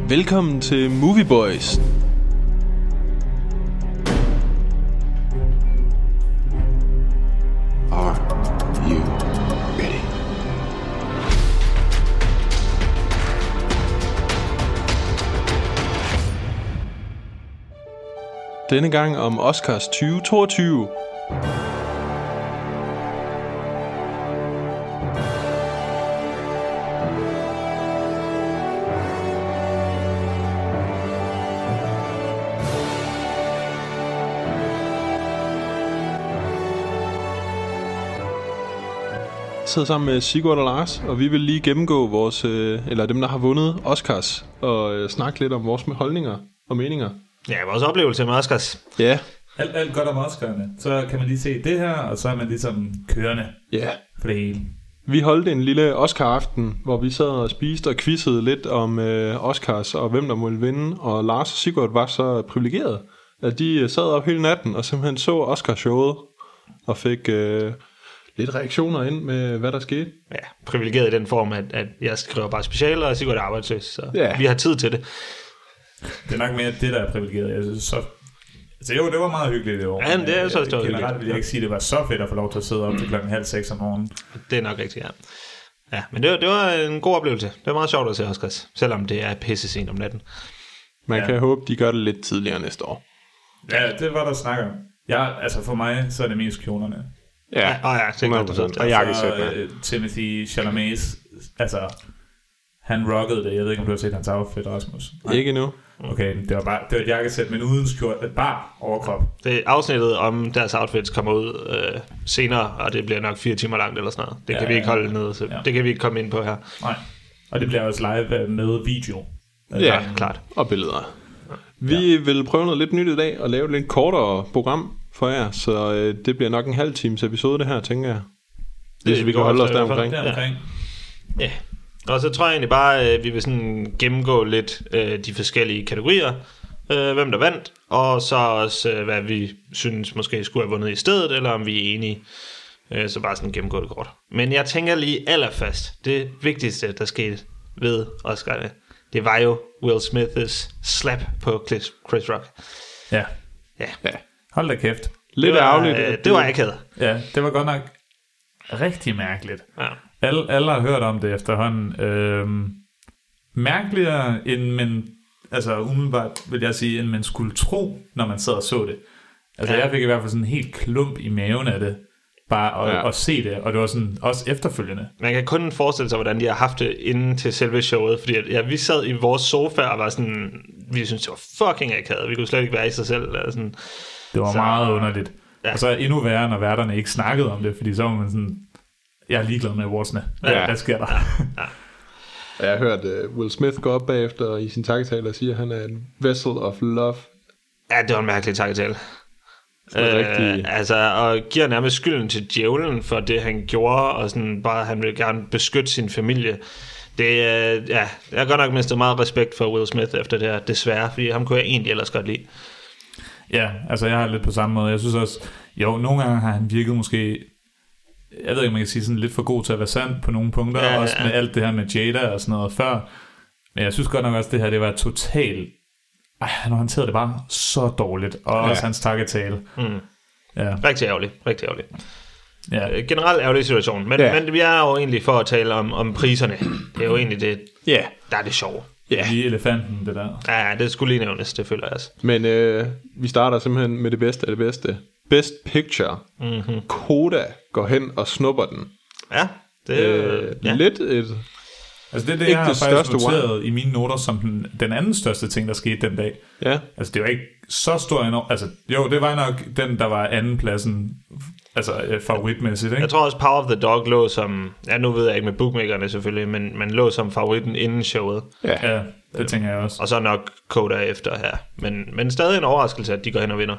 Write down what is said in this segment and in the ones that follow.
Velkommen til Movie Boys. Are you ready? Denne gang om Oscars 2022. Jeg sidder sammen med Sigurd og Lars, og vi vil lige gennemgå vores, eller dem, der har vundet Oscars, og snakke lidt om vores holdninger og meninger. Ja, vores oplevelse med Oscars. Ja. Alt godt om Oscar'ne. Så kan man lige se det her, og så er man ligesom kørende Ja. for det hele. Vi holdt en lille Oscar-aften, hvor vi sad og spiste og quizzede lidt om Oscars og hvem der måtte vinde. Og Lars og Sigurd var så privilegeret, at de sad op hele natten og simpelthen så Oscarshowet og fik lidt reaktioner ind med, hvad der skete. Ja, privilegeret i den form, at jeg skriver bare specialer, og Sigurd er arbejdsløs, så Ja. vi har tid til det. Det er nok mere det, der er privilegeret. Jeg synes så... Altså jo, det var meget hyggeligt det år. Ja, det er så stort hyggeligt. Generelt vil jeg ikke sige, at det var så fedt at få lov til at sidde op til 5:30 om morgenen. Det er nok rigtigt, ja. Ja, men det var en god oplevelse. Det var meget sjovt at se Oscars, selvom det er pisse sent om natten. Man kan håbe, de gør det lidt tidligere næste år. Ja, det var der snakker om. Ja, altså for mig, så er det mest kjolerne. Ja, det er 100%. Og jakkesættene. Timothy Chalamet, altså... Han rockede det. Jeg ved ikke, om du har set hans outfit, Rasmus. Nej. Ikke nu. Okay, det var et jakkesæt, men uden skjort, bare overkrop. Det afsnittet om deres outfits kommer ud senere, og det bliver nok 4 timer langt eller sådan noget. Det kan vi ikke holde nede, så det kan vi ikke komme ind på her. Nej, og det bliver også live med video. Ja, klart. Og billeder. Vi vil prøve noget lidt nyt i dag og lave et lidt kortere program for jer, så det bliver nok en halv times episode det her, tænker jeg. Hvis vi kan holde os deromkring. Ja. Og så tror jeg egentlig bare, at vi vil sådan gennemgå lidt de forskellige kategorier, hvem der vandt, og så også, hvad vi synes måske skulle have vundet i stedet, eller om vi er enige. Så bare sådan gennemgå det kort. Men jeg tænker lige allerførst, det vigtigste, der skete ved Oscar'ne, det var jo Will Smith's slap på Chris Rock. Ja. Ja. Hold da kæft. Lidt ærgerligt. Det var akavet. Ja, det var godt nok rigtig mærkeligt. Ja. Alle har hørt om det efterhånden. Mærkeligere end man, altså umiddelbart vil jeg sige, end man skulle tro, når man sad og så det. Altså jeg fik i hvert fald sådan en helt klump i maven af det, bare at se det, og det var sådan også efterfølgende. Man kan kun forestille sig, hvordan de har haft det inden til selve showet, fordi vi sad i vores sofa og var sådan, vi synes det var fucking akavet, vi kunne slet ikke være i sig selv. Eller sådan. Det var meget underligt. Ja. Og så endnu værre, når værterne ikke snakkede om det, fordi så var man sådan, jeg er ligeglad med awardsene. Hvad sker der? Ja. Jeg har hørt Will Smith gå op bagefter i sin takketale og sige, at han er en vessel of love. Ja, det var en mærkelig takketale. Rigtig... Altså, og giver nærmest skylden til djævlen for det, han gjorde, og sådan bare, han vil gerne beskytte sin familie. Det, jeg har godt nok mistet meget respekt for Will Smith efter det her, desværre, fordi ham kunne jeg egentlig ellers godt lide. Ja, altså jeg har lidt på samme måde. Jeg synes også, jo, nogle gange har han virket måske, jeg ved ikke, man kan sige sådan lidt for god til at være sand på nogle punkter, også med alt det her med Jada og sådan noget før. Men jeg synes godt nok også, det her, det var totalt, han håndterede det bare så dårligt, og også hans takketale. Ja. Rigtig ærgerligt. Ja. Generelt ærgerlig situation, men vi er jo egentlig for at tale om priserne. Det er jo egentlig det, der er det sjove. Lige elefanten, det der. Ja, det skulle lige nævnes, det føler jeg også. Men vi starter simpelthen med det bedste af det bedste. Best Picture. Mm-hmm. Coda går hen og snupper den. Ja, det er lidt et... Altså det er det, jeg har faktisk noteret i mine noter som den anden største ting, der skete den dag. Ja. Altså det var ikke så stor en... Altså jo, det var nok den, der var andenpladsen, altså favoritmæssigt, ikke? Jeg tror også Power of the Dog lå som... Ja, nu ved jeg ikke med bookmakerne selvfølgelig, men lå som favoritten inden showet. Ja, det tænker jeg også. Og så nok Coda efter her. Men stadig en overraskelse, at de går hen og vinder.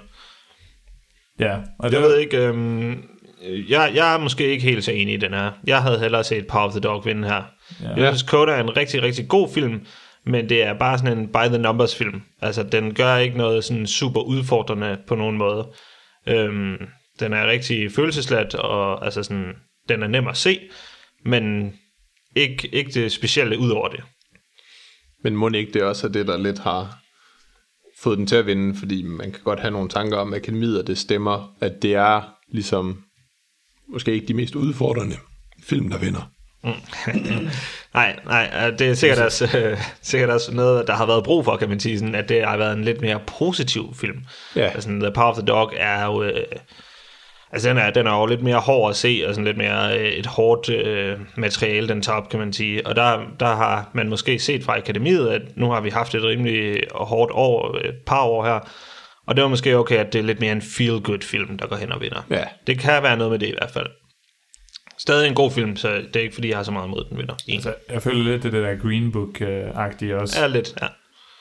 Ja. Og jeg ved ikke... Jeg er måske ikke helt så enig i den her. Jeg havde hellere set Power of the Dog vinde her. Ja. Jeg synes, Coda er en rigtig, rigtig god film, men det er bare sådan en by the numbers film. Altså, den gør ikke noget sådan super udfordrende på nogen måde. Den er rigtig følelsesladt, og altså sådan, den er nem at se, men ikke det specielle ud over det. Men må ikke det også er det, der lidt har fået den til at vinde, fordi man kan godt have nogle tanker om akademiet, og det stemmer, at det er ligesom måske ikke de mest udfordrende film, der vinder. Nej, det er sikkert også noget, der har været brug for, kan man sige, sådan, at det har været en lidt mere positiv film. Ja. Altså, The Power of the Dog er jo... den er jo lidt mere hård at se, og sådan lidt mere et hårdt materiale, den tager op, kan man sige. Og der har man måske set fra akademiet, at nu har vi haft et rimelig hårdt år, et par år her, og det var måske okay, at det er lidt mere en feel-good film, der går hen og vinder. Ja. Det kan være noget med det i hvert fald. Stadig en god film, så det er ikke fordi, jeg har så meget imod den vinder. Altså, jeg føler lidt det der Green Book-agtige også. Ja, lidt, ja.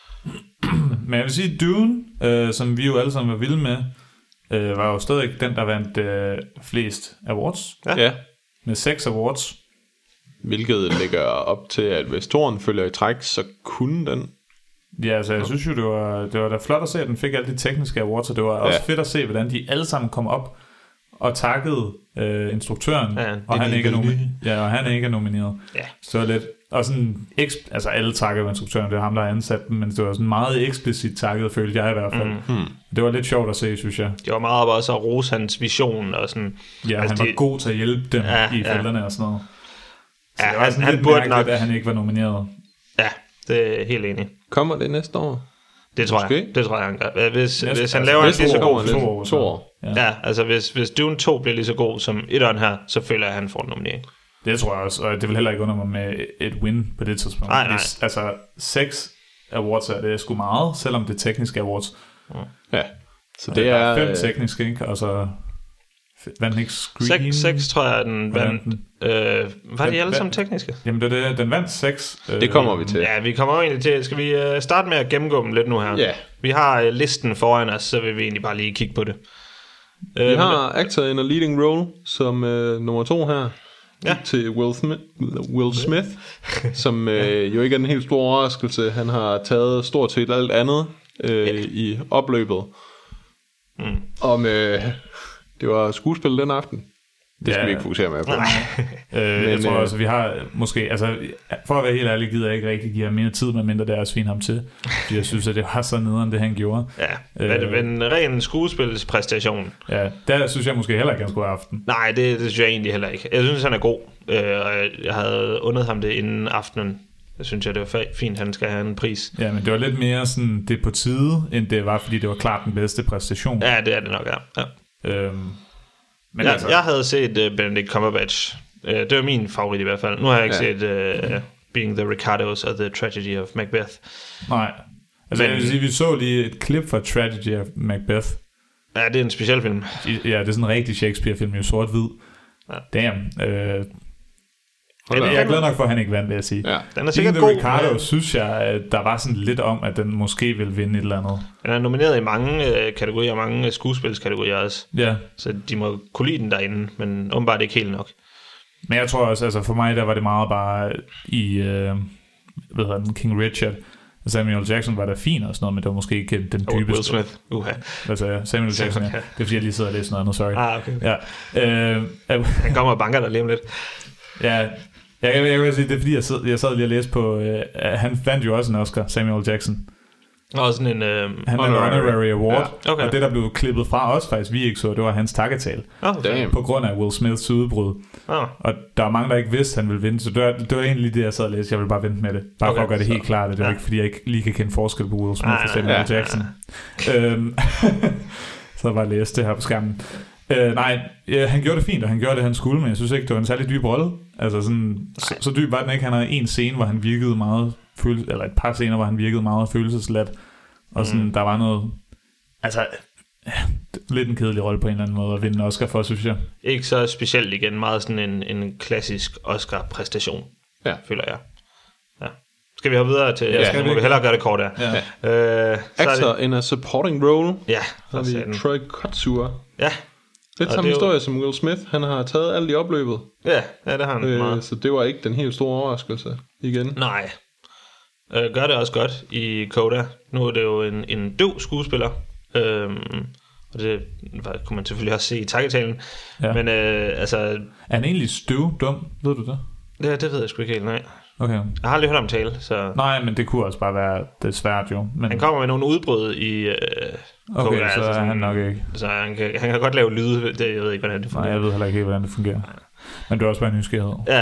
Men jeg vil sige, Dune, som vi jo alle sammen var vilde med, var jo stadig den, der vandt flest awards. Ja. Med 6 awards. Hvilket ligger op til, at hvis toren følger i træk, så kunne den. Ja, altså jeg synes jo, det var da flot at se, at den fik alle de tekniske awards, og det var også fedt at se, hvordan de alle sammen kom op og takkede instruktøren, og han ikke er nomineret. Ja. Så det var lidt, og sådan, altså alle takkede instruktøren, det var ham, der har ansat dem, men det var sådan meget eksplicit takket, følte jeg i hvert fald. Det var lidt sjovt at se, synes jeg. Det var meget også at rose hans vision, og sådan. Ja, altså, han var god til at hjælpe dem i felterne og sådan noget. Så ja, det var sådan han lidt burde mærkeligt, nok, at han ikke var nomineret. Ja, det er helt enig. Kommer det næste år? Det tror Måske? jeg. Det tror jeg, han gør. Hvis han laver en lige så god... 2 år. Ja, altså hvis Dune 2 bliver lige så god som etteren her, så føler jeg, at han får en nominering. Det tror jeg også, og det vil heller ikke under mig med et win på det tidspunkt. Nej. Altså 6 awards det er sgu meget, selvom det er tekniske awards. Ja, så det er... 5 tekniske, ikke? Og så vandt ikke Screen. 6 tror jeg, den vandt. Var de alle sammen tekniske? Jamen det, den vandt 6. Det kommer vi til. Ja, vi kommer jo egentlig til. Skal vi starte med at gennemgå dem lidt nu her? Ja. Vi har listen foran os, så vil vi egentlig bare lige kigge på det. Vi har Actor in a Leading Role som nummer 2 her. Ja. Til Will Smith, som jo ikke er en helt stor overraskelse. Han har taget stort set alt andet i opløbet. Om det var skuespil den aften. Det skal vi ikke fokusere med på. Jeg tror også, vi har måske... Altså, for at være helt ærlig, gider jeg ikke rigtig give ham mere tid, medmindre det er at svine ham til. Fordi jeg synes, at det var så nederen, det han gjorde. Ja, men ren skuespilspræstation. Ja, der synes jeg måske heller ikke, han skulle have haft den. Nej, det synes jeg egentlig heller ikke. Jeg synes, han er god. Og jeg havde undet ham det inden aftenen. Jeg synes, det var fint, han skal have en pris. Ja, men det var lidt mere sådan, det på tide, end det var, fordi det var klart den bedste præstation. Ja, det er det nok, ja. Men jeg havde set Benedict Cumberbatch. Det var min favorit i hvert fald. Nu har jeg ikke set Being the Ricardos og The Tragedy of Macbeth. Nej. Altså jeg vil sige, vi så lige et klip fra Tragedy of Macbeth. Ja, det er en speciel film. Ja, det er sådan en rigtig Shakespeare-film, jo sort-hvid. Ja. Damn. Jeg er glad nok for, at han ikke vandt, vil jeg sige. Ja. Den er sikkert god. Ricardo, synes jeg, der var sådan lidt om, at den måske vil vinde et eller andet. Den er nomineret i mange kategorier, mange skuespilskategorier også. Ja. Så de må kunne lide den derinde, men åbenbart ikke helt nok. Men jeg tror også, altså for mig, der var det meget bare i, King Richard. Samuel Jackson var da fin og sådan noget, men det var måske ikke den dybeste. Will Smith. Altså Samuel Jackson, ja. Det er fordi, jeg lige sidder og læser noget andet, sorry. Okay. Ja. Han kommer og banker der lige om lidt. Ja, jeg kan sige, det er fordi, jeg sad lige og læste på, han fandt jo også en Oscar, Samuel Jackson. Og sådan en... han vandt honorary award, ja, okay. Og det, der blev klippet fra os faktisk, vi ikke så, det var hans takketale. På grund af Will Smiths udbrud. Og der var mange, der ikke vidste, han ville vinde, så det var egentlig det, jeg sad og læste. Jeg ville bare vente med det. Bare for at gøre det helt klart, det var ikke, fordi jeg ikke lige kan kende forskel på Will Smith og Samuel Jackson. Så jeg bare læste det her på skærmen. Han gjorde det fint, og han gjorde det, han skulle, men jeg synes ikke, det var en særlig dyb rolle. Altså sådan, så dyb var den ikke. Han havde en scene, hvor han virkede meget eller et par scener, hvor han virkede meget følelsesladt. Og sådan, der var noget... Altså, lidt en kedelig rolle på en eller anden måde at vinde en Oscar for, synes jeg. Ikke så specielt igen. Meget sådan en klassisk Oscar-præstation, føler jeg. Ja. Skal vi hoppe videre til... Ja, må vi hellere gøre det kort der. Ja. Actor in a supporting role. Ja. Så har vi Troy Kotsur. Ja. Lidt samme historie som Will Smith. Han har taget alt i opløbet. Ja, det har han meget. Så det var ikke den helt store overraskelse igen. Nej. Gør det også godt i Coda. Nu er det jo en døv skuespiller. Og det kunne man selvfølgelig også se i takketalen. Ja. Men altså... Er han egentlig dum? Ved du det? Ja, det ved jeg sgu ikke helt, nej. Okay. Jeg har aldrig hørt om tale, så... Nej, men det kunne også bare være, det er svært jo. Men... Han kommer med nogle udbrud i... Okay, så altså er han nok ikke. Så han kan godt lave lyde, det, jeg ved ikke, hvordan det fungerer. Nej, jeg ved heller ikke helt, hvordan det fungerer. Men det er også bare en nysgerrighed. Ja.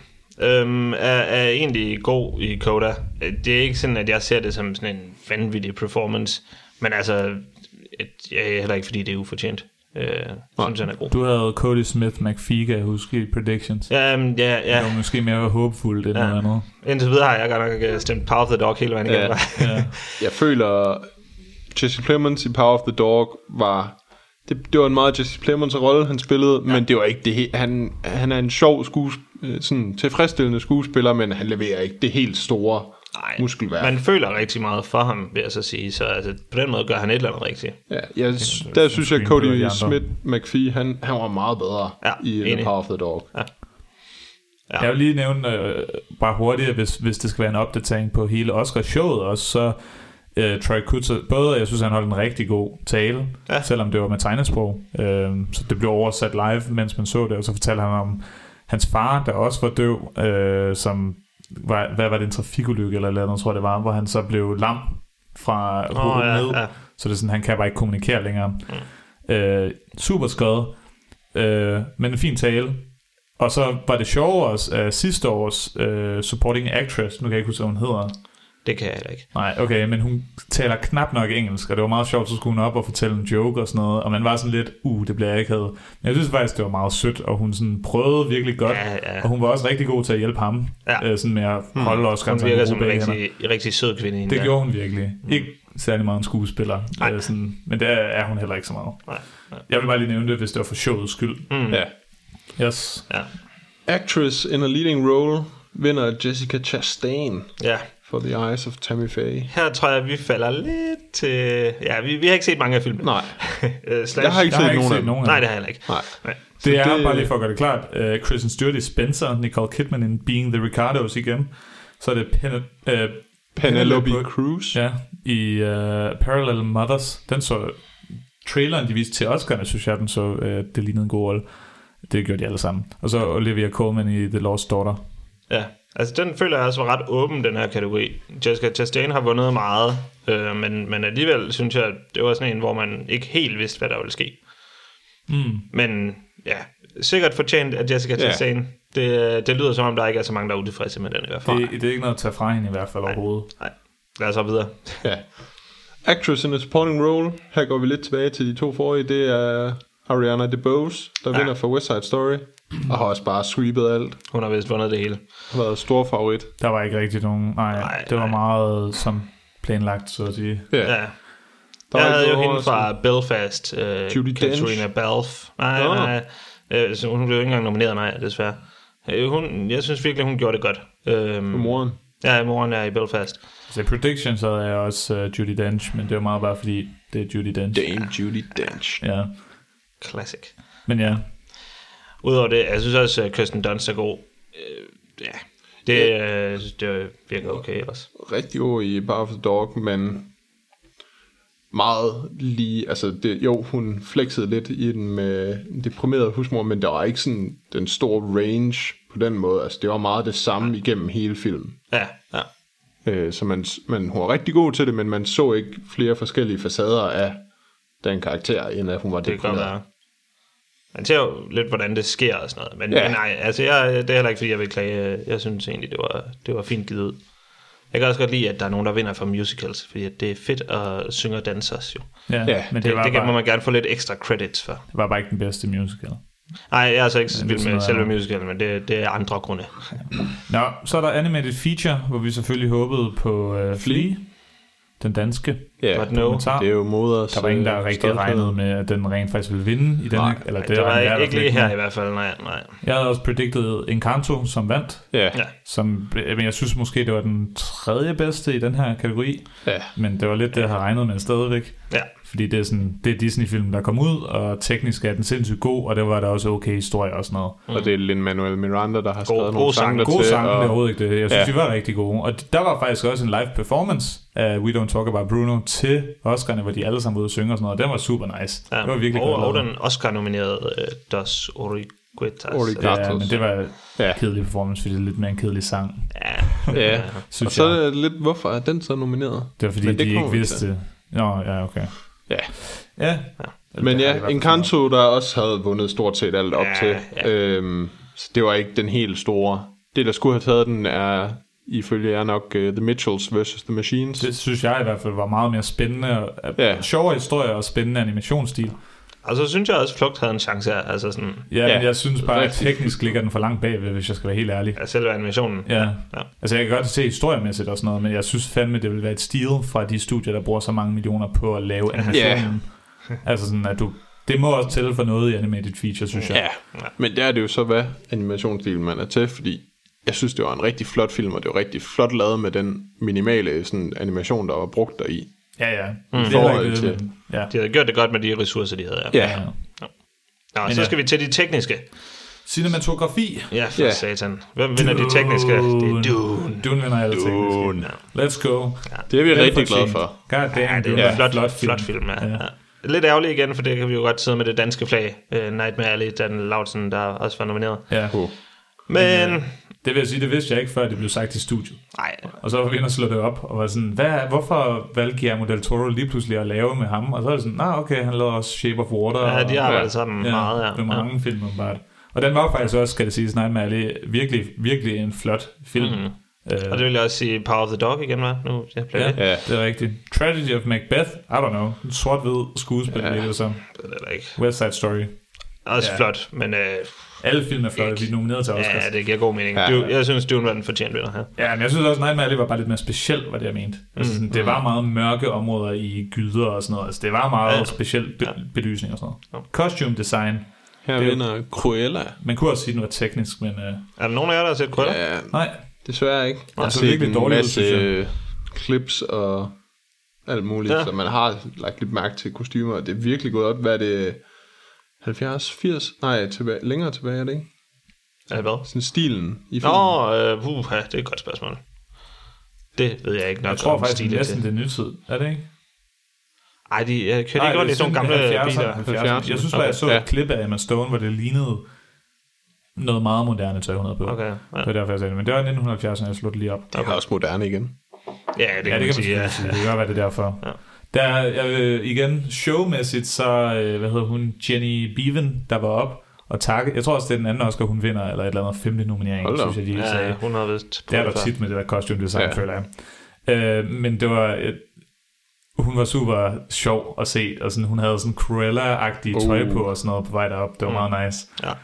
Er egentlig god i Coda. Det er ikke sådan, at jeg ser det som sådan en vanvittig performance, men altså, jeg er heller ikke, fordi det er ufortjent. Synes han er god. Du havde Cody Smith McPhee, kan jeg huske, i predictions. Ja. Det var måske mere håbefuldt end noget andet. Indtil videre har jeg godt nok stemt Power of the Dog hele vejen igennem. Ja. Jeg føler, Jesse Plemons i Power of the Dog var... Det var en meget Jesse Plemons rolle, han spillede, men det var ikke det helt... Han er en sjov sådan tilfredsstillende skuespiller, men han leverer ikke det helt store muskelværk. Man føler rigtig meget for ham, vil jeg så sige, så altså, på den måde gør han et eller andet rigtigt. Ja, der synes jeg, Cody Smith McPhee, han var meget bedre i Power of the Dog. Ja. Jeg vil lige nævne bare hurtigt, hvis det skal være en opdatering på hele Oscar-showet også, så Troy Kutzer, både jeg synes han holdt en rigtig god tale, selvom det var med tegnesprog, så det blev oversat live mens man så det, og så fortalte han om hans far, der også var døv, som hvad var det, en trafikulykke eller noget, tror jeg det var, hvor han så blev lam fra hovedet ned, så det er sådan, han kan bare ikke kommunikere længere. Super skrevet, men en fin tale. Og så var det sjovere også sidste års supporting actress, nu kan jeg ikke huske, hvad hun hedder. Det kan jeg heller ikke. Nej, okay, men hun taler knap nok engelsk, og det var meget sjovt, så skulle hun op og fortælle en joke og sådan noget, og man var sådan lidt, det bliver jeg ikke havde. Men jeg synes faktisk, det var meget sødt, og hun sådan prøvede virkelig godt, og hun var også rigtig god til at hjælpe ham, sådan med at holde os ganske. Hun virker som en rigtig sød kvinde. Det gjorde hun virkelig. Ikke særlig meget en skuespiller, sådan, men det er hun heller ikke så meget. Nej. Jeg vil bare lige nævne det, hvis det var for showets skyld. Ja. Yes. Ja. Actress in a leading role vinder Jessica Chastain. Ja. For The Eyes of Tammy Faye. Her tror jeg, vi falder lidt til... Ja, vi har ikke set mange af filmene. Nej. Jeg har ikke set nogen af dem. Nej, det har jeg ikke. Nej. Det er, bare lige for at gøre det klart, Kristen Stewart i Spencer, Nicole Kidman in Being the Ricardos igen. Så er det Penelope Cruz. Ja, i Parallel Mothers. Den så... Traileren, de viste til Oscar'ne, synes jeg, den så det lignede en god rolle. Det gjorde de alle sammen. Og så Olivia Colman i The Lost Daughter. Ja, altså den føler jeg også var ret åben, den her kategori. Jessica Chastain har vundet meget, men alligevel synes jeg, det var sådan en, hvor man ikke helt vidste, hvad der ville ske. Men ja, sikkert fortjent af Jessica Chastain. Det lyder som om, der ikke er så mange, der er utilfredse med den i hvert fald. Det er ikke noget at tage fra hende i hvert fald overhovedet. Nej, lad os så videre. Ja. Actress in a supporting role. Her går vi lidt tilbage til de to forrige. Det er Ariana DeBose, der vinder for West Side Story. Og har også bare sweepet alt. Hun har vist vundet det hele. Har været stor favorit. Der var ikke rigtig nogen... Nej, det var meget som planlagt, så at sige. Ja. Jeg havde jo hende fra Belfast. Judi Dench. Katrina Balfe. Nej. Så hun blev ikke engang nomineret, desværre. Jeg synes virkelig, hun gjorde det godt. Moren. Ja, moren er i Belfast. Så i Predictions havde jeg også Judi Dench, men det var meget bare fordi, det er Judi Dench. Dame Judi Dench. Ja. Classic. Men ja. Udover det, jeg synes også, at Kirsten Dunst er god. Det virker okay også. Rigtig god i Power of the Dog, men meget lige, altså hun flexede lidt i den med deprimeret husmor, men der var ikke sådan den store range på den måde. Altså det var meget det samme igennem hele filmen. Ja. Så hun var rigtig god til det, men man så ikke flere forskellige facader af den karakter, end at hun var deprimeret. Man ser jo lidt, hvordan det sker og sådan noget. Men nej, altså det er heller ikke, fordi jeg vil klage. Jeg synes egentlig, det var fint givet ud. Jeg kan også godt lide, at der er nogen, der vinder for musicals, fordi det er fedt at synge og danse også, jo. Ja, men det må man gerne få lidt ekstra credits for. Det var bare ikke den bedste musical. Nej, jeg er altså ikke så vild med selve musicalen, men det er andre grunde. Nå, så er der animated feature, hvor vi selvfølgelig håbede på Flea. Den danske dokumentar. Det er jo moders. Der var ingen, der rigtig regnede med, at den rent faktisk ville vinde i den. Eller det var ikke lige her i hvert fald, nej. Jeg havde også predicted Encanto, som vandt. Men jeg synes måske, det var den tredje bedste i den her kategori. Ja. Men det var lidt det, jeg havde regnet med stadigvæk. Ja. Fordi det er Disney-film, der kom ud, og teknisk er den sindssygt god, og det var der også okay historie og sådan noget. Og det er Lin-Manuel Miranda, der har skrevet nogle sange der til. God sang, det er overhovedet ikke det. Jeg synes, de var rigtig gode. Og der var faktisk også en live performance af We Don't Talk About Bruno til Oscar'ne, hvor de alle sammen var ude og synge og sådan noget. Den var super nice. Ja. Det var virkelig godt. Og den Oscar-nominerede Dos Ja, men det var kedelig performance, fordi det er lidt mere en kedelig sang. Ja. Og så er det lidt, hvorfor er den så nomineret? Det var fordi, de ikke vidste. Nå, ja, okay. Ja. Men ja, Encanto, der også havde vundet stort set alt op til. Så det var ikke den helt store. Det, der skulle have taget den, er ifølge jer nok The Mitchells vs. The Machines. Det synes jeg i hvert fald var meget mere spændende. Sjovere historier og spændende animationsstil. Og så synes jeg også, Flugt havde en chance her. Altså sådan, men jeg synes bare, at teknisk ligger den for langt bagved, hvis jeg skal være helt ærlig. Ja, selve animationen. Ja. Altså jeg kan godt se historiemæssigt og sådan noget, men jeg synes fandme, det vil være et stil fra de studier, der bruger så mange millioner på at lave animationen. Altså sådan, at det må også tælle for noget i animated feature, synes jeg. Ja, men der er det jo så, hvad animationsstilen man er til, fordi jeg synes, det var en rigtig flot film, og det var rigtig flot lavet med den minimale sådan, animation, der var brugt deri. Ja. De havde gjort det godt med de ressourcer, de havde. Nå, så skal vi til de tekniske. Cinematografi. Ja, for satan. Hvem vinder de tekniske? Det er Dune. Dune vinder alle tekniske. Let's go. Det er vi rigtig glade for. Det er en flot film. Lidt ærgerligt igen, for det kan vi jo godt sidde med det danske flag. Nightmare Alley, Dan Lautsen, der også var nomineret. Ja. Men det vil jeg sige, det vidste jeg ikke, før det blev sagt i studiet. Nej. Og så var vi inde og slå det op, og var sådan, hvorfor valgte Guillermo del Toro lige pludselig at lave med ham? Og så er det sådan, okay, han lavede også Shape of Water. Ja, de arbejder sammen meget, med mange film, bare. Og den var faktisk også, skal det siges, Nightmare Alley, virkelig, virkelig en flot film. Og det vil jeg også sige Power of the Dog igen, var nu. Det er rigtigt. Tragedy of Macbeth, I don't know. En sort-hvid skuespil, det som. Det er ikke. West Side Story. Også flot, men alle film er flotte, de er nomineret til Oscars. Ja, det giver god mening. Jeg synes, Dune var den fortjent vinder her. Ja, men jeg synes også, Nightmare Alley var bare lidt mere speciel, var det jeg mente. Altså, sådan, det var meget mørke områder i gyder og sådan noget. Altså, det var meget speciel belysning og sådan noget. Costume design. Her vinder Cruella. Man kunne også sige, at den var teknisk, men... Er der nogen af jer, der har set Cruella? Ja, nej. Desværre ikke. Jeg har set en masse clips og alt muligt, så man har lagt lidt mærke til kostymer, og det er virkelig gået op. Hvad er det? 70, 80? Nej, længere tilbage er det ikke? Er det hvad? Sådan stilen i filmen. Det er et godt spørgsmål. Det ved jeg ikke nok. Jeg tror faktisk næsten det er nytid. Er det ikke? Ej, de kørte ikke rundt i sådan gamle biler. 70. Jeg synes bare, jeg så et klip af Emma Stone, hvor det lignede noget meget moderne tøj, hun havde på. Okay, Det var derfor, jeg sagde det. Men det var 1970'erne, jeg slog det lige op. Det er også moderne igen. Ja, det kan man sige. Det kan være det derfor. Ja. Der igen, showmæssigt, så hvad hedder hun? Jenny Beavan, der var op og takke. Jeg tror også, det er den anden Oscar, hun vinder, eller et eller andet 5. nominering, synes jeg, de sagde. Hun har vist. Det er der tit med det der costume design, føler jeg. Men det var... hun var super sjov at se, og sådan, hun havde sådan Cruella-agtige tøj på og sådan noget på vej derop. Det var meget nice. Ja.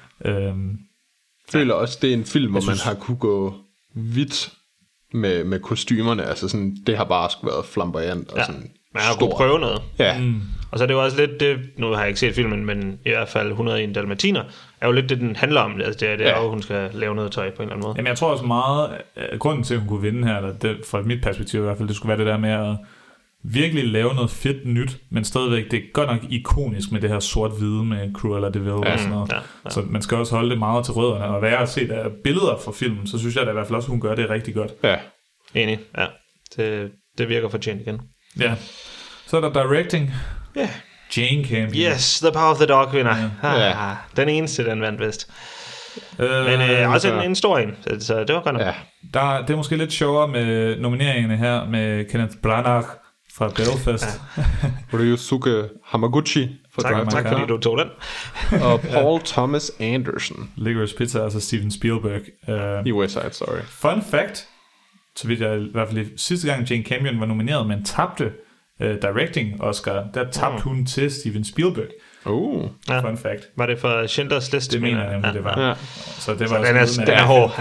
Føler også, det er en film, hvor man har kunne gå vidt med kostymerne. Altså sådan, det har bare sgu været flamboyant og sådan man har kunnet prøve noget. Ja. Og så er det jo også lidt det, nu har jeg ikke set filmen, men i hvert fald 101 Dalmatiner, er jo lidt det, den handler om. Altså det er jo, hun skal lave noget tøj på en eller anden måde. Jamen jeg tror også meget, grunden til, at hun kunne vinde her, eller det, fra mit perspektiv i hvert fald, det skulle være det der med at virkelig lave noget fedt nyt, men stadigvæk, det er godt nok ikonisk med det her sort-hvide med Cruella de Vil og sådan noget. Ja. Så man skal også holde det meget til rødderne, og hvad jeg har set af billeder fra filmen, så synes jeg da i hvert fald også, hun gør det rigtig godt. Ja. Enig, ja. Det virker fortjent igen. Ja. Så er der directing. Ja. Yeah. Jane Campion. Yes, The Power of the Dog vinder. Ja. Den eneste, den vandt vist. Men også en stor en, så det var godt nok. Ja. Det er måske lidt sjovere med nomineringerne her, med Kenneth Branagh fra Belfast. Ryusuke Hamaguchi fra Drive My Car. Tak fordi du tog den. Og Paul Thomas Anderson. Licorice Pizza, altså Steven Spielberg. I West Side Story. Fun fact, så vidt jeg i hvert fald sidste gang Jane Campion var nomineret, men tabte directing Oscar, der tabte hun til Steven Spielberg. Fun fact. Var det for Schindlers List? Det mener jeg nemlig, det var. Ja. Så det var så den er hård.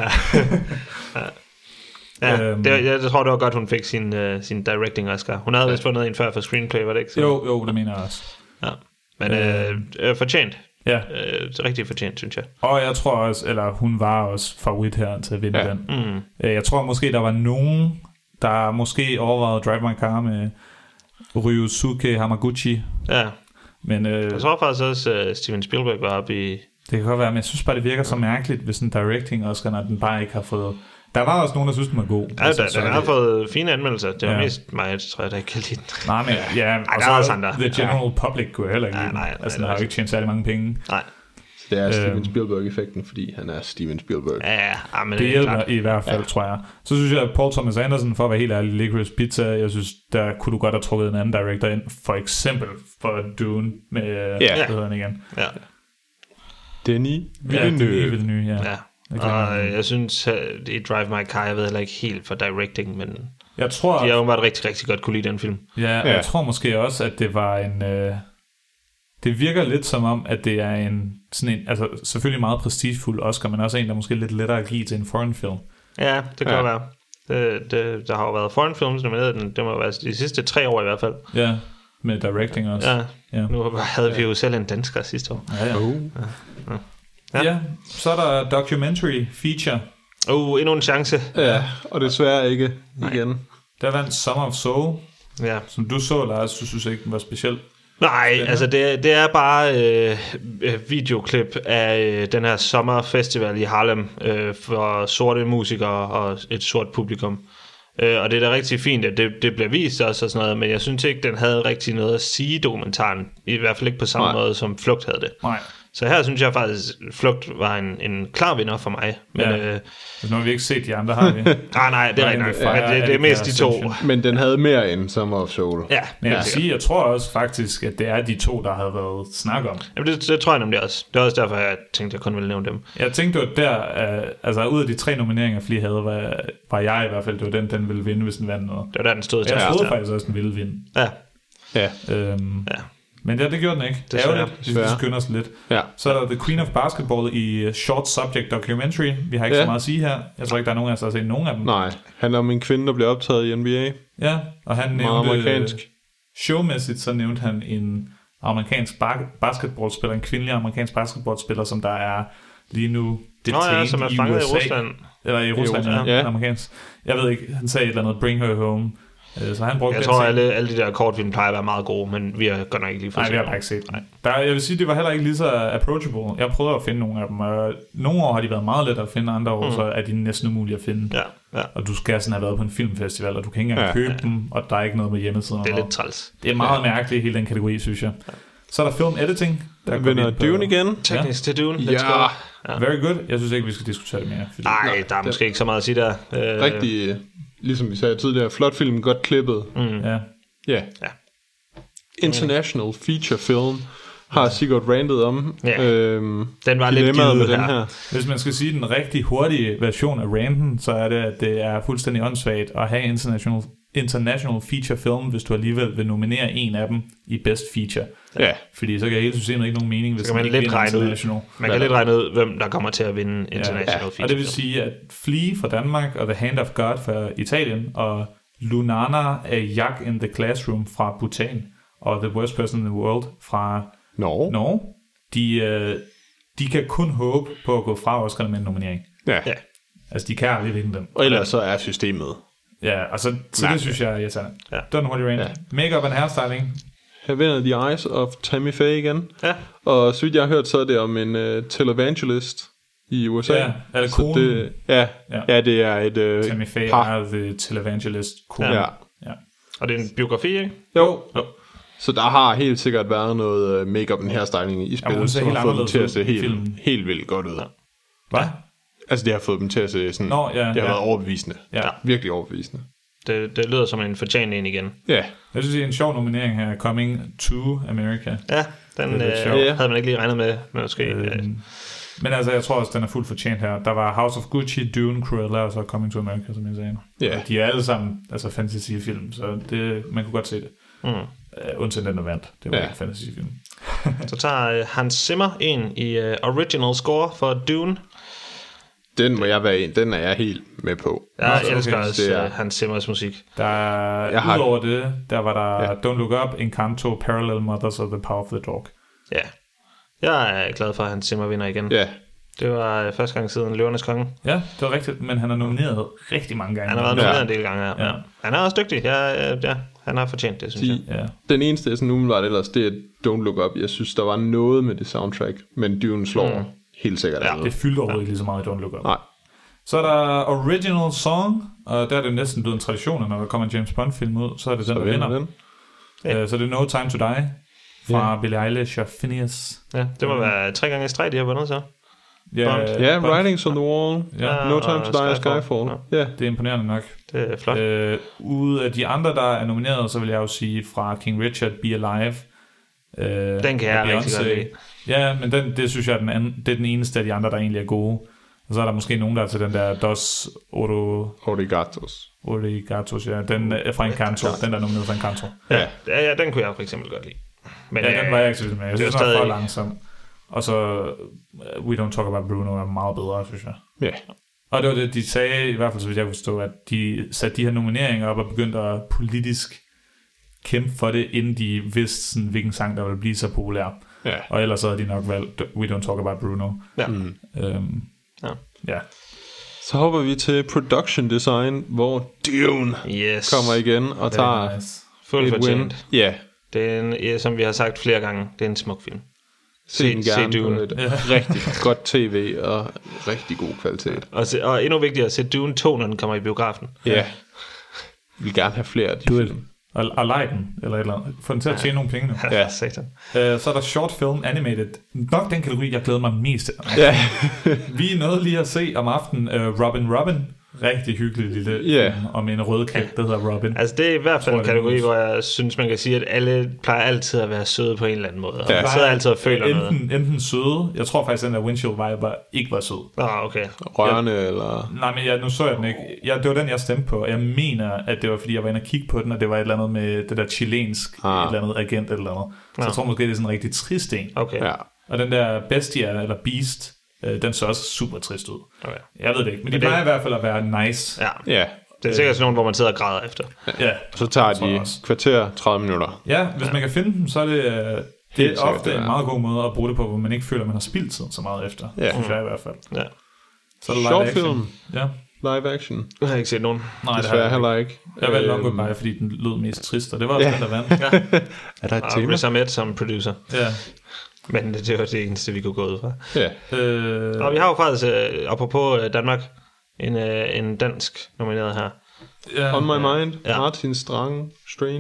Jeg tror det var godt, hun fik sin directing Oscar. Hun havde vist fundet en før for screenplay, var det ikke så? Jo, det mener jeg også. Ja. Men fortjent. Ja. Rigtig fortjent, synes jeg. Og jeg tror også, eller hun var også favorit her til at vinde den. Jeg tror måske, der var nogen, der måske overvejede Drive My Car med Ryusuke Hamaguchi. Ja. Men jeg tror faktisk også, Steven Spielberg var oppe i... Det kan godt være, men jeg synes bare, det virker så mærkeligt, hvis en directing Oscar, når den bare ikke har fået... Der var også nogen, der synes, den var god. Ja, den har fået fine anmeldelser. Det var mest mig, tror jeg, der ikke kan lide den. Nej, men og så The General Public kunne heller ikke lide den. Altså, den har jo ikke tjent særlig mange penge. Nej. Det er Steven Spielberg-effekten, fordi han er Steven Spielberg. Ja, men Det hjælper klart. i hvert fald, tror jeg. Så synes jeg, at Paul Thomas Anderson, for at være helt ærlig, Licorice Pizza, jeg synes, der kunne du godt have trukket en anden director ind, for eksempel for Dune med hvad hedder han igen. Ja. Denis Villeneuve, ja. Og jeg synes, i Drive My Car, jeg ved heller ikke helt for directing, men jeg tror, de har jo bare rigtig, rigtig godt kunne lide den film. Ja, jeg tror måske også, at det var en... det virker lidt som om, at det er sådan en, altså selvfølgelig meget prestigefuld Oscar, men også en, der måske lidt lettere at give til en foreign film. Ja, det kan være. Der har jo været foreign films nomineret, det må være de sidste 3 år i hvert fald. Ja, med directing også. Ja. Nu havde vi jo selv en dansker sidste år. Ja, så er der documentary feature. Endnu en chance. Ja, og desværre ikke igen. Der vandt Summer of Soul, som du så, Lars, du synes ikke, den var speciel. Nej, altså det er bare videoklip af den her sommerfestival i Harlem for sorte musikere og et sort publikum. Og det er da rigtig fint, at det bliver vist også og sådan noget, men jeg synes ikke, den havde rigtig noget at sige, dokumentaren. I hvert fald ikke på samme måde, som Flugt havde det. Nej. Så her synes jeg faktisk, Flugt var en klar vinder for mig. Men, nu har vi ikke set de andre, har vi? nej, det er rigtigt nok. Det er mest de to. Men den havde mere end Summer of Soul. Ja, men jeg tror også faktisk, at det er de to, der havde været snak om. Jamen, det tror jeg nemlig også. Det er også derfor, jeg tænkte, jeg kun ville nævne dem. Jeg tænkte, at der, altså ud af de 3 nomineringer, Flea havde, var jeg i hvert fald, det var den ville vinde, hvis den vandt noget. Det var der, den stod til. Jeg troede faktisk også, den ville vinde. Ja. Men det gjorde den ikke. Det er ærgerligt, hvis vi skynder os lidt. Ja. Så er der The Queen of Basketball i Short Subject Documentary. Vi har ikke så meget at sige her. Jeg tror ikke, der er nogen af os, der har set nogen af dem. Nej, han er om en kvinde, der bliver optaget i NBA. Ja, og han nævnte showmæssigt, så nævnte han en amerikansk basketballspiller, en kvindelig amerikansk basketballspiller, som der er lige nu detained som er fanget i USA. I Rusland. Eller i Rusland, ja. Amerikansk. Jeg ved ikke, han sagde et eller andet, bring her home. Så han brugte jeg tror, alle de der kortfilm plejer at være meget gode, men vi har godt nok ikke lige fået set. Nej, vi har bare ikke set. Jeg vil sige, det var heller ikke lige så approachable. Jeg prøvede at finde nogle af dem, og nogle år har de været meget let at finde, andre år så er de næsten umulige at finde. Ja. Og du skal sådan have været på en filmfestival, og du kan ikke engang købe dem, og der er ikke noget med hjemmesiden. Det er lidt træls. Det er meget mærkeligt, hele den kategori, synes jeg. Så er der film editing. Der vinder Dune igen. Teknisk til Dune. Ja. Very good. Jeg synes ikke, vi skal diskutere det mere. Nej, der er måske ikke så meget at sige der. Rigtig, ligesom vi sagde tidligere, flot film, godt klippet. Ja. International feature film har Sigurd rantet om. Den var lidt givet med den her. Hvis man skal sige den rigtig hurtige version af ranten, så er det, at det er fuldstændig åndssvagt at have international feature film, hvis du alligevel vil nominere en af dem i best feature. Ja. Fordi så kan hele systemet ikke nogen mening, hvis så kan man lidt regne ud. Man kan lidt regne ud, hvem der kommer til at vinde international feature. Og det vil sige, at Flea fra Danmark og The Hand of God fra Italien og Lunana Ajak in the Classroom fra Bhutan og The Worst Person in the World fra Norge. De kan kun håbe på at gå fra Oscar med en nominering. Ja. Altså, de kan aldrig vinde dem. Og ellers så er systemet. Ja, altså, så det synes jeg er irriterende. Don't know what you rant. Makeup and hairstyling. Her vinder The Eyes of Tammy Faye igen. Ja. Og så vidt jeg har hørt, så er det om en televangelist i USA. Ja, er det konen? Ja, det er et Tammy Faye er the televangelist kone. Ja. Og det er en biografi, ikke? Jo. Så der har helt sikkert været noget make-up and hairstyling i spillet, som har fået dem til at se helt vildt godt ud. Hvad? Altså, det har fået dem til at se sådan... det har været overbevisende. Ja. Virkelig overbevisende. Det lyder som en fortjent en igen. Ja. Jeg synes, det er en sjov nominering her, Coming to America. Ja, den havde man ikke lige regnet med måske. Men altså, jeg tror også, den er fuldt fortjent her. Der var House of Gucci, Dune, Cruella og så Coming to America, som jeg sagde. Ja. De er alle sammen altså fantasy-film, så man kunne godt se det. Undtagen den, der vandt. Det var ikke fantasy-film. Så tager Hans Zimmer en i original score for Dune. Den må jeg være en. Den er jeg helt med på. Jeg elsker også Hans Zimmers musik. Udover det, der var der Don't Look Up, Encanto, Parallel Mothers og The Power of the Dog. Ja. Jeg er glad for, at Hans Zimmer vinder igen. Ja. Det var første gang siden Løvernes Konge. Ja, det var rigtigt, men han er nomineret rigtig mange gange. Han har været nomineret en del gange, ja. Han er også dygtig. Han har fortjent det, synes jeg. Ja. Den eneste, jeg sådan umiddelbart ellers, det er Don't Look Up. Jeg synes, der var noget med det soundtrack, men Dune slår helt sikkert andet. Det fyldte overhovedet ikke lige så meget i Don't Look Up. Nej. Så er der Original Song, og der er det næsten blevet en tradition, når der kommer en James Bond-film ud, så er det den, der vinder. Så det er No Time to Die fra Billie Eilish og Phineas. Ja, det må være 3 gange i streg, de har vundet så. Ja, Writings on the Wall. Ja. No Time to Die, Skyfall. Ja. Det er imponerende nok. Det er flot. Ude af de andre, der er nomineret, så vil jeg jo sige fra King Richard, Be Alive. Den kan jeg rigtig godt lide. Ja, men det synes jeg det er den eneste af de andre, der egentlig er gode. Og så er der måske nogen, der er til den der Dos Origatos, ja. Den er fra Encanto. Den der er nomineret fra Encanto. Ja, den kunne jeg for eksempel godt lide. Men, ja, den var jeg ikke så vild med. Jeg synes, den var for langsom. Og så We Don't Talk About Bruno er meget bedre, synes jeg. Ja. Og det var det, de sagde, i hvert fald så vidt jeg kunne forstå, at de satte de her nomineringer op og begyndte at politisk kæmpe for det, inden de vidste, sådan, hvilken sang, der ville blive så populær. Ja. Og ellers havde de nok valgt We Don't Talk About Bruno. Ja. Ja. Så hopper vi til production design, hvor Dune kommer igen og tager fuldt fortjent. Ja. Det er en, som vi har sagt flere gange, det er en smuk film. Se den gerne på et rigtig godt tv og rigtig god kvalitet. Og endnu vigtigere at se Dune 2, når den kommer i biografen. Ja. Vi vil gerne have flere af de film. Og lege den, eller et eller andet. Få den til at tjene nogle penge nu. Ja, satan. Så er der short film animated. Nok den kategori, jeg glæder mig mest til. Ja. Vi er nødt lige at se om aftenen Robin. Rigtig hyggelig lille film om en rød kat, der hedder Robin. Altså det er i hvert fald en kategori, hvor jeg synes, man kan sige, at alle plejer altid at være søde på en eller anden måde. Ja. Og sidder altid og føler noget. Enten søde. Jeg tror faktisk, at den der Windshield Viper ikke var sød. Okay. Rørende eller... Nej, men nu så jeg den ikke. Det var den, jeg stemte på. Jeg mener, at det var, fordi jeg var inde og kigge på den, og det var et eller andet med det der chilensk, et eller andet agent eller noget. Så jeg tror måske, det er sådan en rigtig trist en. Okay. Ja. Og den der Bestia, eller Beast, den så også super trist ud. Okay. Jeg ved det ikke, men de plejer i hvert fald at være nice. Ja. Det er sikkert sådan nogen, hvor man sidder og græder efter. Ja. Så tager de kvarter 30 minutter. Ja, hvis man kan finde dem, så er det er ofte en meget god måde at bruge det på, hvor man ikke føler, at man har spildt tiden så meget efter. Det synes jeg i hvert fald. Ja. Så er der live action. Film. Ja. Live action. Jeg har ikke set nogen. Nej, desværre heller ikke. Jeg valgte nok Goodbye, fordi den lød mest trist, og det var også den, der vandt. Er der et tema? Riz Ahmed som producer. Ja. Men det var det eneste, vi kunne gå ud fra. Ja. Og vi har jo faktisk, apropos Danmark, en dansk nomineret her. Yeah. On My Mind, Martin Strange.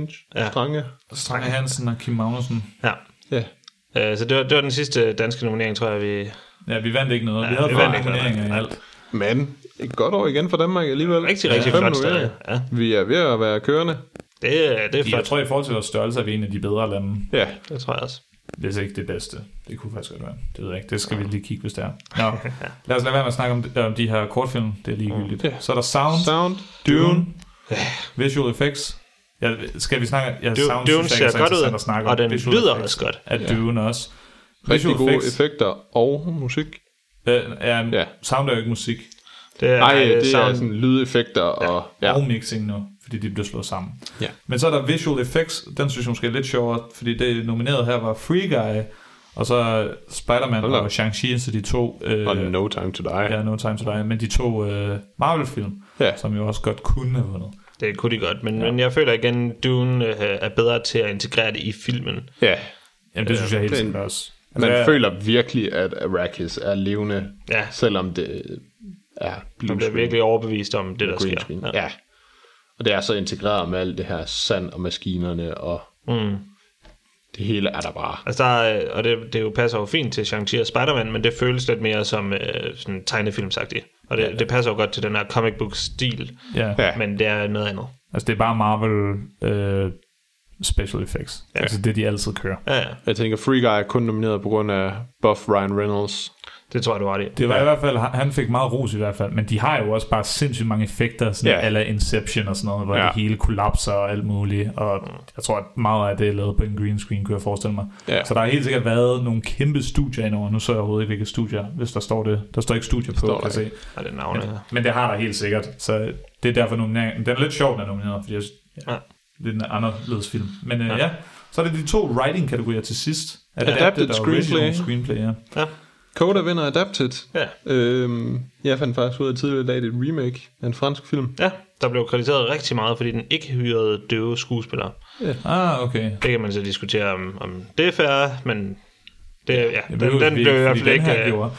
Strange Hansen og Kim Magnussen. Ja. Så det var den sidste danske nominering, tror jeg, vi... Ja, vi vandt ikke noget. Vi havde fået nomineringer i alt. Men et godt år igen for Danmark alligevel. Rigtig flot sted. Ja. Vi er ved at være kørende. Det er flot. Jeg tror, i forhold til vores størrelse er vi en af de bedre lande. Ja, det tror jeg også. Hvis ikke det bedste. Det kunne faktisk godt være. Det ved jeg ikke. Det skal vi lige kigge, hvis det er. Nå, lad os lade være med at snakke om de her kortfilm. Det er ligegyldigt. Så er der Sound, Dune, Visual Effects. Skal vi snakke... Dune ser godt ud, og den lyder også godt. At Dune også. Rigtig gode effekter og musik. Sound er jo ikke musik. Det er sådan lydeffekter og mixing nu, fordi de bliver slået sammen. Ja. Men så er der Visual Effects, den synes jeg måske er lidt sjovere, fordi det nomineret her var Free Guy, og så Spider-Man og Shang-Chi, så de to... og No Time to Die. Ja, No Time to Die, men de to Marvel-film, som jo også godt kunne have vundet. Det kunne de godt, men jeg føler igen, Dune er bedre til at integrere det i filmen. Ja. Jamen det synes jeg helt sikkert også. Altså, man føler virkelig, at Arrakis er levende, selvom det er blue man bliver virkelig overbevist om det, der sker. Ja. Og det er så integreret med alt det her sand og maskinerne, og det hele er der bare. Altså og det jo passer jo fint til Shang-Chi og Spider-Man, men det føles lidt mere som sådan tegnefilmsagtigt. Og det passer jo godt til den her comic book-stil, men det er noget andet. Altså det er bare Marvel... special effects. Ja. Altså det, de altid kører. Ja. Jeg tænker, Free Guy er kun nomineret på grund af Buff Ryan Reynolds. Det tror jeg, du var det. Det var i hvert fald, han fik meget ros i hvert fald, men de har jo også bare sindssygt mange effekter, sådan a la Inception og sådan noget, hvor det hele kollapser og alt muligt, og jeg tror, at meget af det er lavet på en green screen, kunne jeg forestille mig. Ja. Så der har helt sikkert været nogle kæmpe studier indover. Nu så jeg overhovedet ikke, hvilke studier, hvis der står det. Der står ikke studier på, kan jeg se. Ja, det er navnet, men det har der helt sikkert, så det er derfor nomineringen. Den er lidt sjovt, den er nomineret, fordi det er en anderledes film. Men så er det de to writing-kategorier til sidst. Adapted Screenplay, ja. Coda vinder Adapted. Jeg fandt faktisk ud af tidligere dag, det er et remake af en fransk film. Ja, der blev kritiseret rigtig meget, fordi den ikke hyrede døve skuespillere. Okay. Det kan man så diskutere, om det er fair, men det, den blev i hvert fald ikke...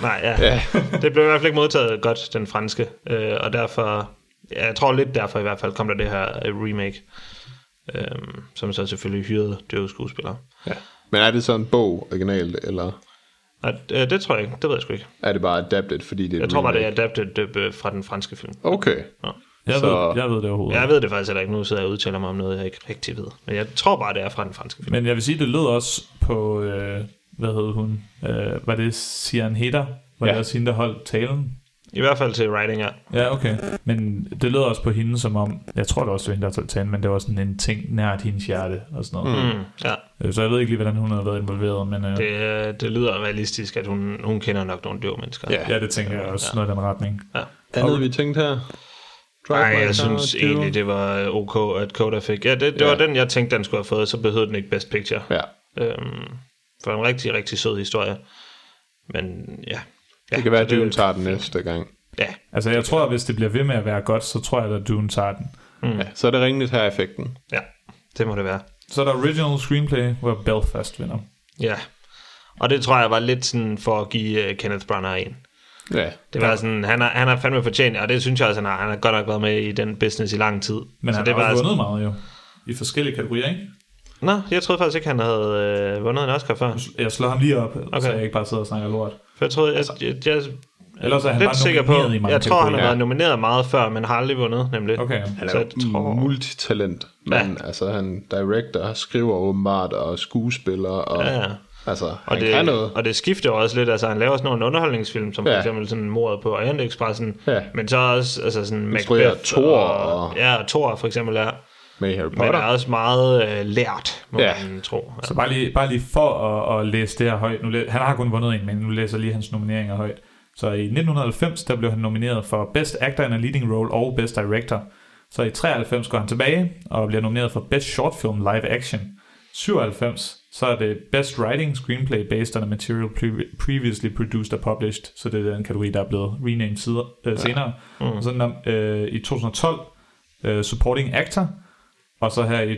det blev i hvert fald ikke modtaget godt, den franske. Og derfor... Jeg tror lidt derfor i hvert fald kom der det her remake, som så selvfølgelig hyrede døve skuespillere. Men er det så en bog originalt, eller Det tror jeg ikke. Det ved jeg sgu ikke. er det bare adapted, fordi det er Jeg tror bare, det er adapted fra den franske film. Okay. Ja. Jeg ved det overhovedet. Jeg ved det faktisk heller ikke. Nu sidder jeg og udtaler mig om noget, jeg ikke rigtig ved. Men jeg tror bare, det er fra den franske film. Men jeg vil sige, det lød også på, hvad hed hun? Var det Sian Heder? Var det også hende, der holdt talen? I hvert fald til writing, ja. Ja, okay. Men det lød også på hende som om, jeg tror det også var hende, der holdt talen, men det var sådan en ting nært hendes hjerte og sådan noget. Ja. Så jeg ved ikke lige, hvordan hun har været involveret, men... Det lyder realistisk, at hun kender nok nogle døve mennesker. Ja, det tænker jeg også, noget i den retning. Ja. Andet vi tænkte her? Nej, jeg synes egentlig, det var ok, at Coda fik. Ja, det var den, jeg tænkte, den skulle have fået, så behøvede den ikke Best Picture. Ja. For en rigtig, rigtig sød historie. Men ja. Det kan være, at Dune tager den næste gang. Ja. Altså, jeg tror, at hvis det bliver ved med at være godt, så tror jeg, at Dune tager den. Ja, så er det ringeligt her effekten. Ja, det må det være. Så er der original screenplay, hvor Belfast vinder. Ja, og det tror jeg var lidt sådan for at give Kenneth Branagh en. Ja. Det var sådan, han har fandme fortjent, og det synes jeg også, han har godt nok været med i den business i lang tid. Men så han det har var også vundet meget jo, i forskellige kategorier, ikke? Nå, jeg troede faktisk ikke, han havde vundet en Oscar før. Jeg slår ham lige op, så jeg ikke bare sidder og snakker lort. For jeg troede, jeg ellers er han lidt bare sikker på, nomineret i mange jeg tror, han har kategorier. været nomineret meget før, men har aldrig vundet, nemlig. Okay. Han Så er jeg jo tror- multitalent. Men altså, han director, skriver åbenbart, og skuespiller, og Ja. altså, han kan noget. Og det skifter jo også lidt, altså han laver også nogle underholdningsfilm, som for Ja. eksempel sådan Mordet på Orientekspressen, Ja. men så også altså sådan Instruerer Macbeth Thor og Thor for eksempel er, Med Harry men Potter. er også meget lært, må Ja. man tro. Ja. Så bare lige for at læse det her højt. Han har kun vundet en, men nu læser jeg lige hans nomineringer højt. Så i 1990, der blev han nomineret for Best Actor in a Leading Role og Best Director. Så i 93 går han tilbage og bliver nomineret for Best Short Film Live Action. 97, så er det Best Writing Screenplay Based on a Material Previously Produced and Published. Så det er den kategori, der er blevet renamed senere. Og så i 2012, Supporting Actor. Og så her i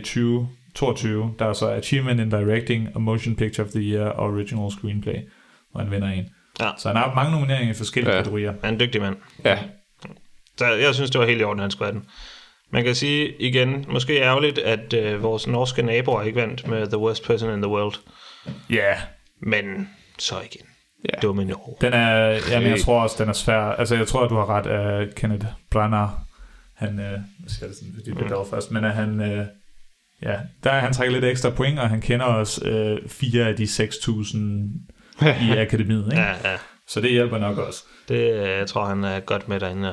2022, der er så Achievement in Directing, a Motion Picture of the Year og Original Screenplay, hvor han vinder en. Ja. Så han har haft mange nomineringer i forskellige kategorier. Han er en dygtig mand. Ja. Så jeg synes, det var helt i orden, han skulle have den. Man kan sige igen, måske ærgerligt, at vores norske naboer ikke vandt med The Worst Person in the World. Ja. Yeah. Men så igen. Ja. Dumme Norge. Den er, jamen jeg tror også, den er svær. Altså jeg tror, at du har ret af Kenneth Branagh. Han, jeg siger det sådan, fordi det er først, men at han, han trækker lidt ekstra point, og han kender også 4 af de 6.000 i akademiet, ikke? Ja. Så det hjælper nok også. Det jeg tror han er godt med derinde.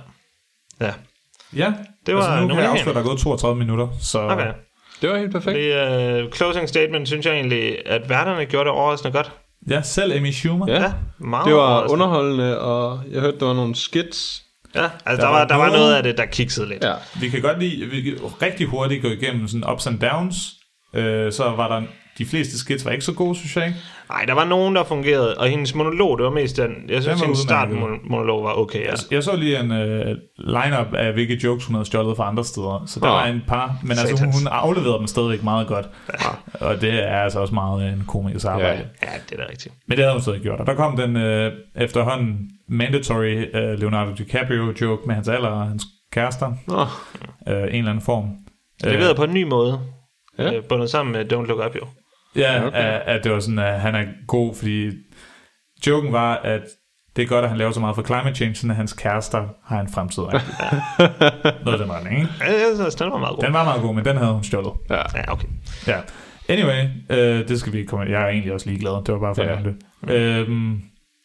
Ja. Ja, det var altså nu kan jeg nomineringen. afsløre, der er gået 32 minutter, så Okay. Det var helt perfekt. Closing statement synes jeg egentlig, at værterne gjorde det overraskende godt. ja, selv Amy Schumer. Ja. Meget Det var overraskende. underholdende, og jeg hørte, der var nogle skits. Ja, altså der var noget af det, der kiksede lidt. Ja. Vi kan rigtig hurtigt gå igennem sådan ups and downs. Så var der de fleste skits var ikke så gode, synes jeg ikke. Nej, der var nogen, der fungerede, og hendes monolog, det var mest den. Jeg synes, var hendes udmærket. startmonolog var okay. Ja. Jeg så lige en line-up af, hvilke jokes hun havde stjålet fra andre steder. Så der var en par, men altså hun afleverede dem stadigvæk meget godt. Ja. Og det er altså også meget en komikers arbejde. Ja, det er da rigtigt. Men det havde hun stadig gjort. Og der kom den efterhånden mandatory Leonardo DiCaprio joke med hans alder og hans kærester. En eller anden form. Leveret på en ny måde. Ja. Bundet sammen med Don't Look Up, jo. Ja, okay. At det var sådan, at han er god, fordi joken var, at det er godt, at han laver så meget for climate change, sådan at hans kærester har en fremtid. Noget af den retning, ikke? Ja, jeg synes, den var meget god. Den var meget god, men den havde hun stjålet. Ja, okay. Ja. Anyway, det skal vi ikke komme. Jeg er egentlig også ligeglad. Det var bare for at nævne det.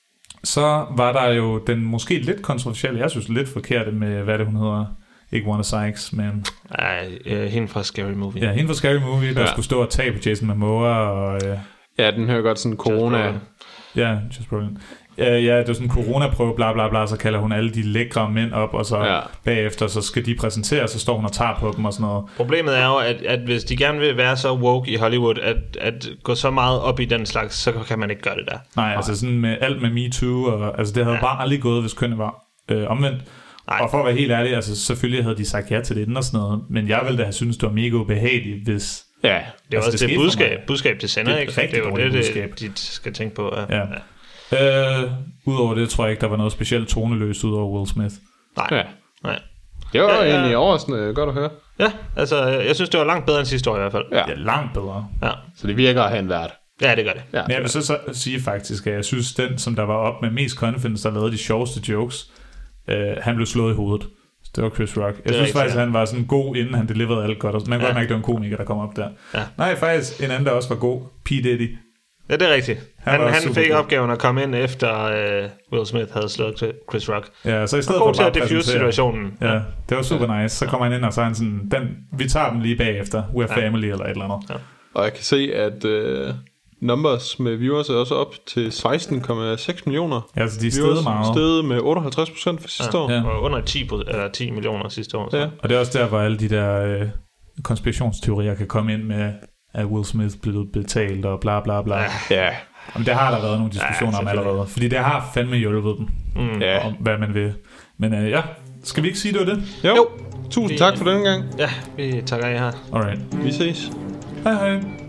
Så var der jo den måske lidt kontroversielle, jeg synes lidt forkerte med, hvad det hun hedder. Ikke Wanda Sykes, men... hende fra Scary Movie. Ja, hende fra Scary Movie, der skulle stå og tage på Jason Momoa og... Ja, den hører godt sådan corona. Ja, just brilliant. Ja, det er sådan en coronaprøve, bla bla bla, så kalder hun alle de lækre mænd op, og så bagefter, så skal de præsentere, så står hun og tager på dem og sådan noget. Problemet er jo, at hvis de gerne vil være så woke i Hollywood, at gå så meget op i den slags, så kan man ikke gøre det der. Nej, altså sådan med alt med MeToo, og altså det havde bare aldrig gået, hvis kønnet var omvendt. Nej. Og for at være helt ærlig, altså selvfølgelig havde de sagt ja til det og sådan noget, men jeg ville da have syntes, det var mega ubehageligt, hvis... Ja, det er også det budskab til sender, ikke? Det er jo det, de skal tænke på. Ja. Udover det, tror jeg ikke, der var noget specielt toneløst ud over Will Smith. Nej. Det var egentlig overraskende godt at høre. Ja, altså, jeg synes, det var langt bedre end sidste år i hvert fald. Ja, langt bedre. Ja. Så det virker at have en vært. Ja, det gør det. Ja. Men jeg vil så sige faktisk, at jeg synes, den, som der var op med mest confidence, der lavede de sjoveste jokes, han blev slået i hovedet. Det var Chris Rock. Jeg synes faktisk, at han var sådan god, inden han deliverede alt godt. Man kan godt mærke, at det var en komiker, der kom op der. Ja. Nej, faktisk en anden, der også var god. P. Diddy. Ja, det er rigtigt. Han fik opgaven at komme ind efter Will Smith havde slået Chris Rock. Ja, så i stedet for til at diffuse situationen. Ja, det var super nice. Så kommer han ind, og så er han sådan, vi tager dem lige bagefter. We're family eller et eller andet. Ja. Og jeg kan se, at numbers med viewers er også op til 16,6 millioner. Ja, altså de er steget meget. Steget med 58% for sidste år. Ja. Og under 10 millioner sidste år. Så. Ja. Og det er også der, hvor alle de der konspirationsteorier kan komme ind med, at Will Smith blev betalt og bla bla bla. Ja. Jamen, der har der været nogle diskussioner om allerede. Fordi det har fandme hjulpet dem. Om hvad man vil. Men ja, skal vi ikke sige, det var det? Jo. Tusind tak for denne gang. Ja, vi takker af her. Alright. Vi ses. Hej hej.